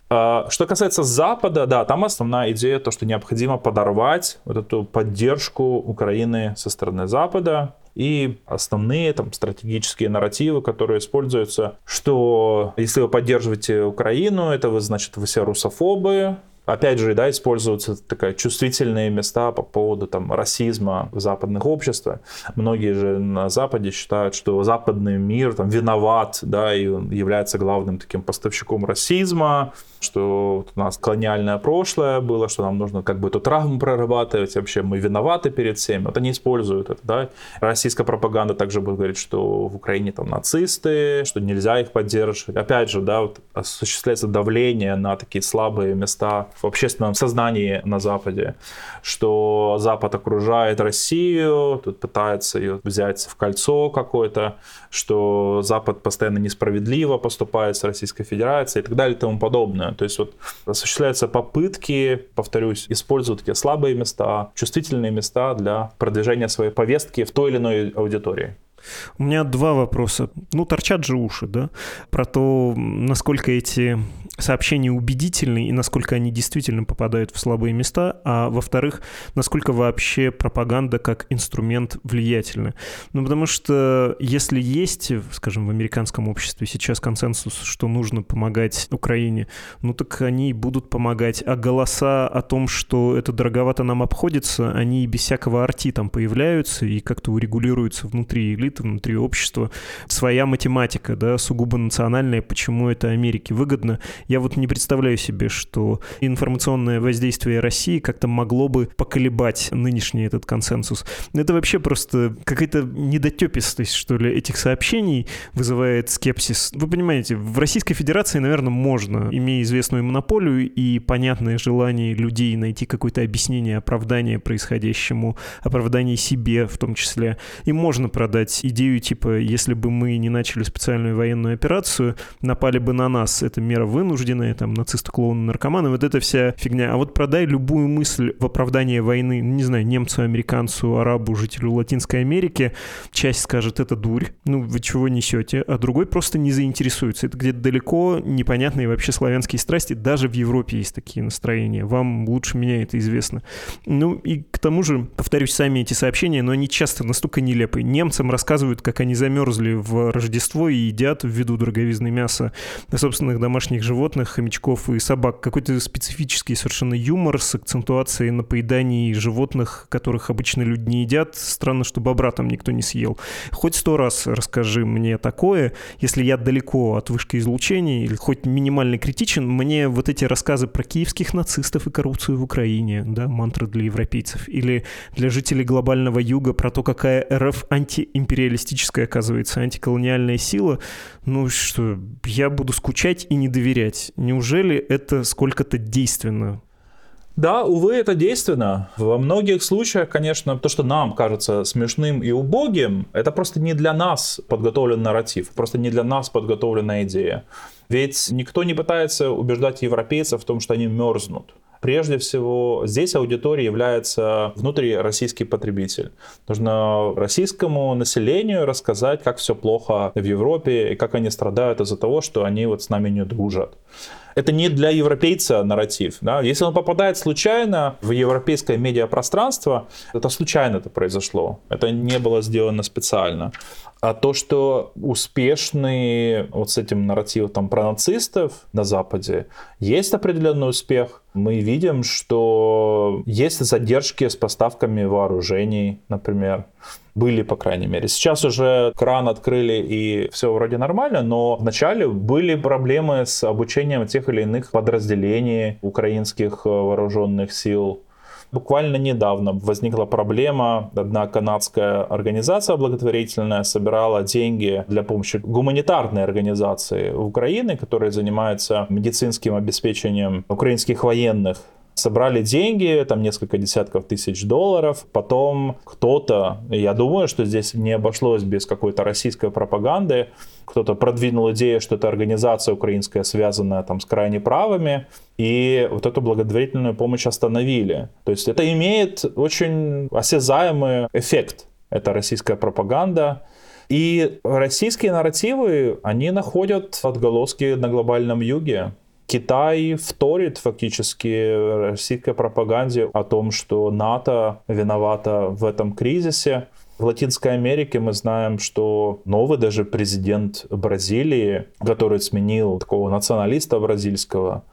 Что касается Запада, да, там основная идея то, что необходимо подорвать вот эту поддержку Украины со стороны Запада. И основные там стратегические нарративы, которые используются, что если вы поддерживаете Украину, это вы, значит, вы все русофобы, Опять же, да, используются такие чувствительные места по поводу там, расизма в западных обществах. Многие же на Западе считают, что западный мир там, виноват, да, и он является главным таким поставщиком расизма, что у нас колониальное прошлое было, что нам нужно как бы эту травму прорабатывать, вообще мы виноваты перед всеми. Вот они используют это, да. Российская пропаганда также будет говорить, что в Украине там нацисты, что нельзя их поддерживать. Опять же, да, вот осуществляется давление на такие слабые места в общественном сознании на Западе, что Запад окружает Россию, тут пытается ее взять в кольцо какое-то, что Запад постоянно несправедливо поступает с Российской Федерацией и так далее и тому подобное. То есть вот осуществляются попытки, повторюсь, использовать такие слабые места, чувствительные места для продвижения своей повестки в той или иной аудитории. У меня два вопроса. Ну, торчат же уши, да, про то, насколько эти сообщения убедительны и насколько они действительно попадают в слабые места, а во-вторых, насколько вообще пропаганда как инструмент влиятельна. Ну, потому что если есть, скажем, в американском обществе сейчас консенсус, что нужно помогать Украине, ну так они будут помогать, а голоса о том, что это дороговато нам обходится, они без всякого арти там появляются и как-то урегулируются внутри элиты, внутри общества. Своя математика, да, сугубо национальная, почему это Америке выгодно. Я вот не представляю себе, что информационное воздействие России как-то могло бы поколебать нынешний этот консенсус. Это вообще просто какая-то недотепистость, что ли, этих сообщений вызывает скепсис. Вы понимаете, в Российской Федерации, наверное, можно, имея известную монополию и понятное желание людей найти какое-то объяснение, оправдание происходящему, оправдание себе в том числе, и можно продать идею типа, если бы мы не начали специальную военную операцию, напали бы на нас, это мера вынужденная, там, нацисты, клоуны, наркоманы, вот эта вся фигня. А вот продай любую мысль в оправдание войны, не знаю, немцу, американцу, арабу, жителю Латинской Америки, часть скажет, это дурь, ну, вы чего несете, а другой просто не заинтересуется. Это где-то далеко непонятные вообще славянские страсти, даже в Европе есть такие настроения, вам лучше меня это известно. Ну, и к тому же, повторюсь, сами эти сообщения, но они часто настолько нелепые. Немцам рассказывают, как они замерзли в Рождество и едят ввиду дороговизны мяса собственных домашних животных, хомячков и собак. Какой-то специфический совершенно юмор с акцентуацией на поедании животных, которых обычно люди не едят. Странно, что бобра там никто не съел. Хоть сто раз расскажи мне такое, если я далеко от вышки излучения или хоть минимально критичен, мне вот эти рассказы про киевских нацистов и коррупцию в Украине, да, мантра для европейцев, или для жителей глобального юга про то, какая РФ антиимпериалистическая, оказывается, антиколониальная сила, ну что, я буду скучать и не доверять. Неужели это сколько-то действенно? Да, увы, это действенно. Во многих случаях, конечно, то, что нам кажется смешным и убогим, это просто не для нас подготовлен нарратив, просто не для нас подготовлена идея. Ведь никто не пытается убеждать европейцев в том, что они мерзнут. Прежде всего, здесь аудиторией является внутрироссийский потребитель. Нужно российскому населению рассказать, как все плохо в Европе и как они страдают из-за того, что они вот с нами не дружат. Это не для европейца нарратив. Да? Если он попадает случайно в европейское медиапространство, это случайно это произошло. Это не было сделано специально. А то, что успешный вот с этим нарративом там, про нацистов на Западе, есть определенный успех. Мы видим, что есть задержки с поставками вооружений, например. Были, по крайней мере. Сейчас уже кран открыли и все вроде нормально, но вначале были проблемы с обучением тех или иных подразделений украинских вооруженных сил. Буквально недавно возникла проблема. Одна канадская организация благотворительная собирала деньги для помощи гуманитарной организации Украины, которая занимается медицинским обеспечением украинских военных. Собрали деньги, там несколько десятков тысяч долларов. Потом кто-то, я думаю, что здесь не обошлось без какой-то российской пропаганды, кто-то продвинул идею, что это организация украинская, связанная там с крайне правыми, и вот эту благотворительную помощь остановили. То есть это имеет очень осязаемый эффект, эта российская пропаганда. И российские нарративы, они находят отголоски на глобальном юге. Китай вторит фактически российской пропаганде о том, что НАТО виновато в этом кризисе. В Латинской Америке мы знаем, что новый даже президент Бразилии, который сменил такого националиста бразильского,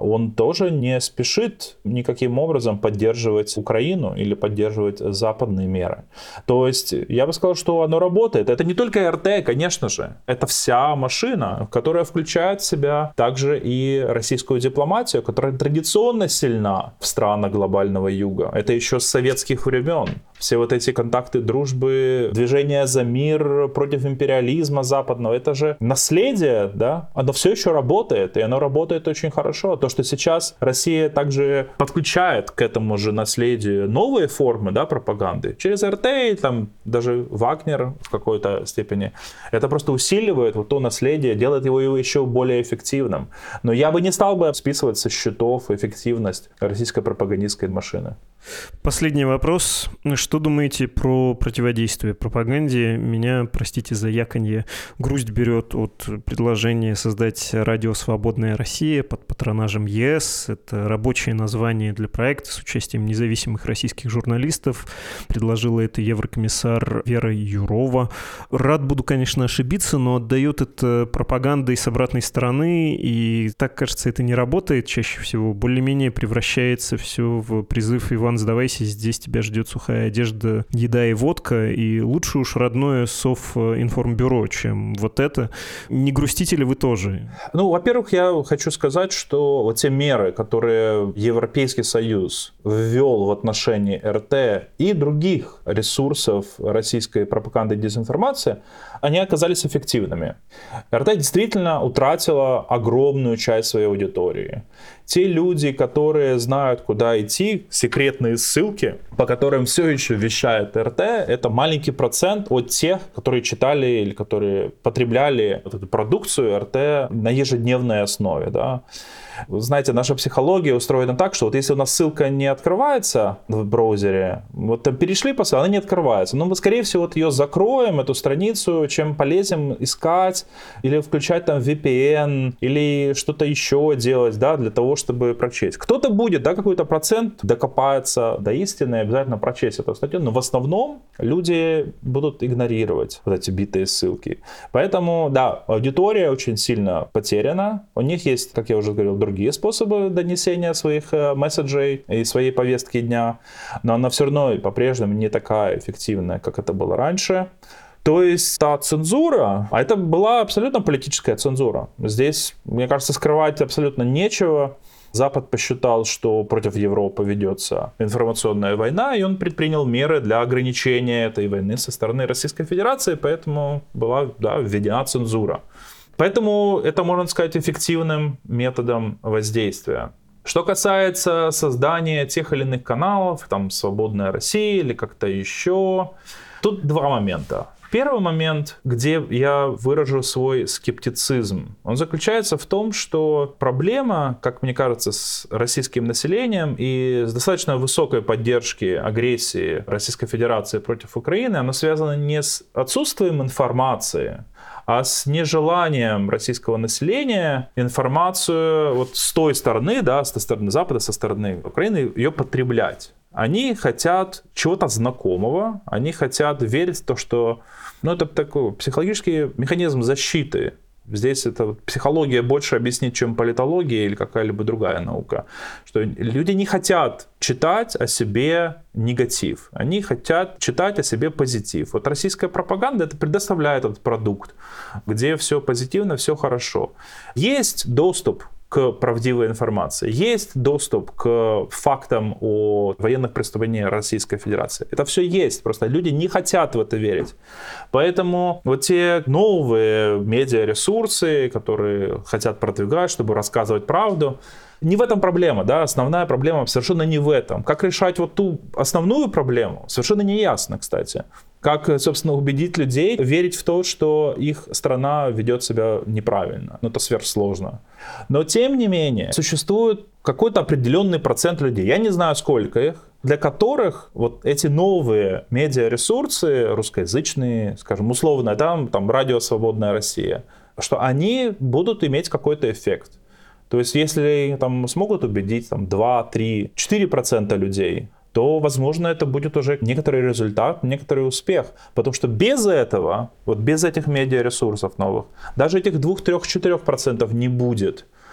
он тоже не спешит никаким образом поддерживать Украину или поддерживать западные меры. То есть я бы сказал, что оно работает. Это не только эр тэ, конечно же. Это вся машина, которая включает в себя также и российскую дипломатию, которая традиционно сильна в странах глобального юга. Это еще с советских времен. Все вот эти контакты дружбы, движение за мир против империализма западного, это же наследие, да? Оно все еще работает, и оно работает очень хорошо. То, что сейчас Россия также подключает к этому же наследию новые формы, да, пропаганды, через эр тэ, там даже Вагнер в какой-то степени, это просто усиливает вот то наследие, делает его еще более эффективным. Но я бы не стал бы списывать со счетов эффективность российской пропагандистской машины. Последний вопрос. Что думаете про противодействие пропаганде? Меня, простите за яканье, грусть берет от предложения создать радио «Свободная Россия» под патронажем е эс. Это рабочее название для проекта с участием независимых российских журналистов. Предложила это еврокомиссар Вера Юрова. Рад буду, конечно, ошибиться, но отдает это пропагандой с обратной стороны, и так, кажется, это не работает чаще всего. Более-менее превращается все в призыв «Иван, сдавайся, здесь тебя ждет сухая одежда, еда и водка», и лучше уж родное Совинформбюро, чем вот это. Не грустите ли вы тоже? Ну, во-первых, я хочу сказать, что вот те меры, которые Европейский Союз ввел в отношении эр тэ и других ресурсов российской пропаганды и дезинформации, они оказались эффективными. эр тэ действительно утратила огромную часть своей аудитории. Те люди, которые знают, куда идти, секретные ссылки, по которым все еще вещает эр тэ, это маленький процент от тех, которые читали или которые потребляли эту продукцию эр тэ на ежедневной основе. Да. Вы знаете, наша психология устроена так, что вот если у нас ссылка не открывается в браузере, вот там перешли по ссылке, она не открывается. Но мы, скорее всего, вот ее закроем, эту страницу, чем полезем искать или включать там ви пи эн или что-то еще делать, да, для того, чтобы прочесть. Кто-то будет, да, какой-то процент докопается до истины и обязательно прочесть эту статью, но в основном люди будут игнорировать вот эти битые ссылки. Поэтому, да, аудитория очень сильно потеряна. У них есть, как я уже говорил, другие способы донесения своих месседжей и своей повестки дня, но она все равно по-прежнему не такая эффективная, как это было раньше. То есть та цензура, а это была абсолютно политическая цензура. Здесь, мне кажется, скрывать абсолютно нечего. Запад посчитал, что против Европы ведется информационная война, и он предпринял меры для ограничения этой войны со стороны Российской Федерации, поэтому была, да, введена цензура. Поэтому это, можно сказать, эффективным методом воздействия. Что касается создания тех или иных каналов, там «Свободная Россия» или как-то еще, тут два момента. Первый момент, где я выражу свой скептицизм, он заключается в том, что проблема, как мне кажется, с российским населением и с достаточно высокой поддержки агрессии Российской Федерации против Украины, она связана не с отсутствием информации, а с нежеланием российского населения информацию вот с той стороны, да, со стороны Запада, со стороны Украины, ее потреблять. Они хотят чего-то знакомого, они хотят верить в то, что... Ну, это такой психологический механизм защиты. Здесь это психология больше объяснит, чем политология или какая-либо другая наука. Что люди не хотят читать о себе негатив. Они хотят читать о себе позитив. Вот российская пропаганда это предоставляет этот продукт, где все позитивно, все хорошо. Есть доступ к правдивой информации. Есть доступ к фактам о военных преступлениях Российской Федерации. Это все есть, просто люди не хотят в это верить. Поэтому вот те новые медиаресурсы, которые хотят продвигать, чтобы рассказывать правду, не в этом проблема, да, основная проблема совершенно не в этом. Как решать вот ту основную проблему, совершенно не ясно, кстати. Как, собственно, убедить людей верить в то, что их страна ведет себя неправильно. Ну, это сверхсложно. Но, тем не менее, существует какой-то определенный процент людей, я не знаю, сколько их, для которых вот эти новые медиаресурсы, русскоязычные, скажем, условно, там, там радио «Свободная Россия», что они будут иметь какой-то эффект. То есть, если там смогут убедить там, два, три, четыре процента людей, то, возможно, это будет уже некоторый результат, некоторый успех. Потому что без этого, вот без этих медиаресурсов новых, даже этих два, три, четыре процента не будет.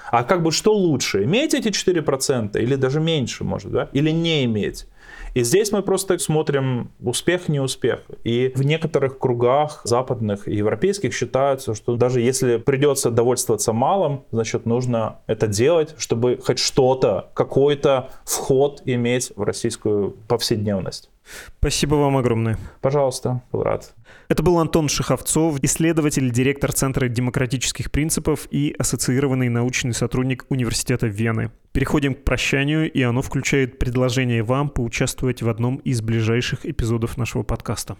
А как бы что лучше, иметь эти четыре процента или даже меньше, может, да? Или не иметь? И здесь мы просто смотрим успех, не успех. И в некоторых кругах западных и европейских считается, что даже если придется довольствоваться малым, значит, нужно это делать, чтобы хоть что-то, какой-то вход иметь в российскую повседневность. Спасибо вам огромное. Пожалуйста, был рад. Это был Антон Шиховцов, исследователь, директор Центра демократических принципов и ассоциированный научный сотрудник Университета Вены. Переходим к прощанию, и оно включает предложение вам поучаствовать в одном из ближайших эпизодов нашего подкаста.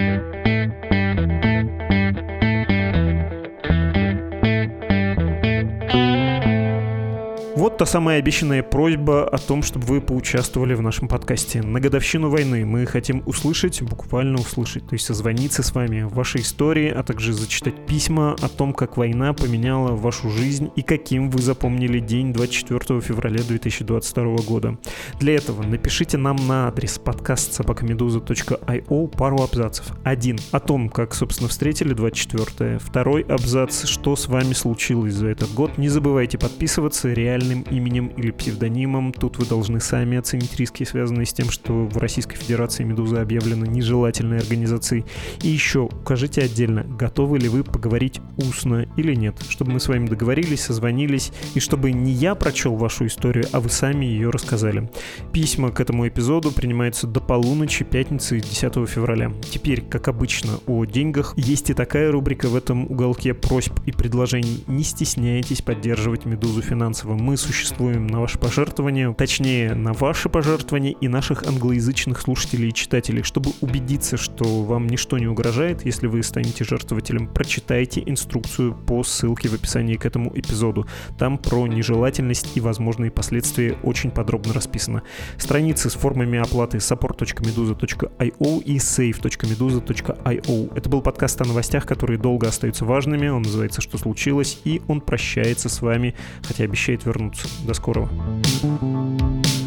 Вот та самая обещанная просьба о том, чтобы вы поучаствовали в нашем подкасте. На годовщину войны мы хотим услышать, буквально услышать, то есть созвониться с вами, ваши истории, а также зачитать письма о том, как война поменяла вашу жизнь и каким вы запомнили день двадцать четвёртого февраля две тысячи двадцать второго года. Для этого напишите нам на адрес подкаст собака медуза точка ай о пару абзацев. Один. О том, как, собственно, встретили двадцать четвёртое. Второй абзац, что с вами случилось за этот год. Не забывайте подписываться, реально именем или псевдонимом. Тут вы должны сами оценить риски, связанные с тем, что в Российской Федерации «Медуза» объявлена нежелательной организацией. И еще укажите отдельно, готовы ли вы поговорить устно или нет, чтобы мы с вами договорились, созвонились, и чтобы не я прочел вашу историю, а вы сами ее рассказали. Письма к этому эпизоду принимаются до полуночи пятницы десятого февраля. Теперь, как обычно, о деньгах. Есть и такая рубрика в этом уголке просьб и предложений. Не стесняйтесь поддерживать «Медузу» финансово. Мы существуем на ваши пожертвования, точнее, на ваши пожертвования и наших англоязычных слушателей и читателей. Чтобы убедиться, что вам ничто не угрожает, если вы станете жертвователем, прочитайте инструкцию по ссылке в описании к этому эпизоду. Там про нежелательность и возможные последствия очень подробно расписано. Страницы с формами оплаты support точка медуза точка ай о и save точка медуза точка ай о. Это был подкаст о новостях, которые долго остаются важными. Он называется «Что случилось?» и он прощается с вами, хотя обещает вернуться. До скорого.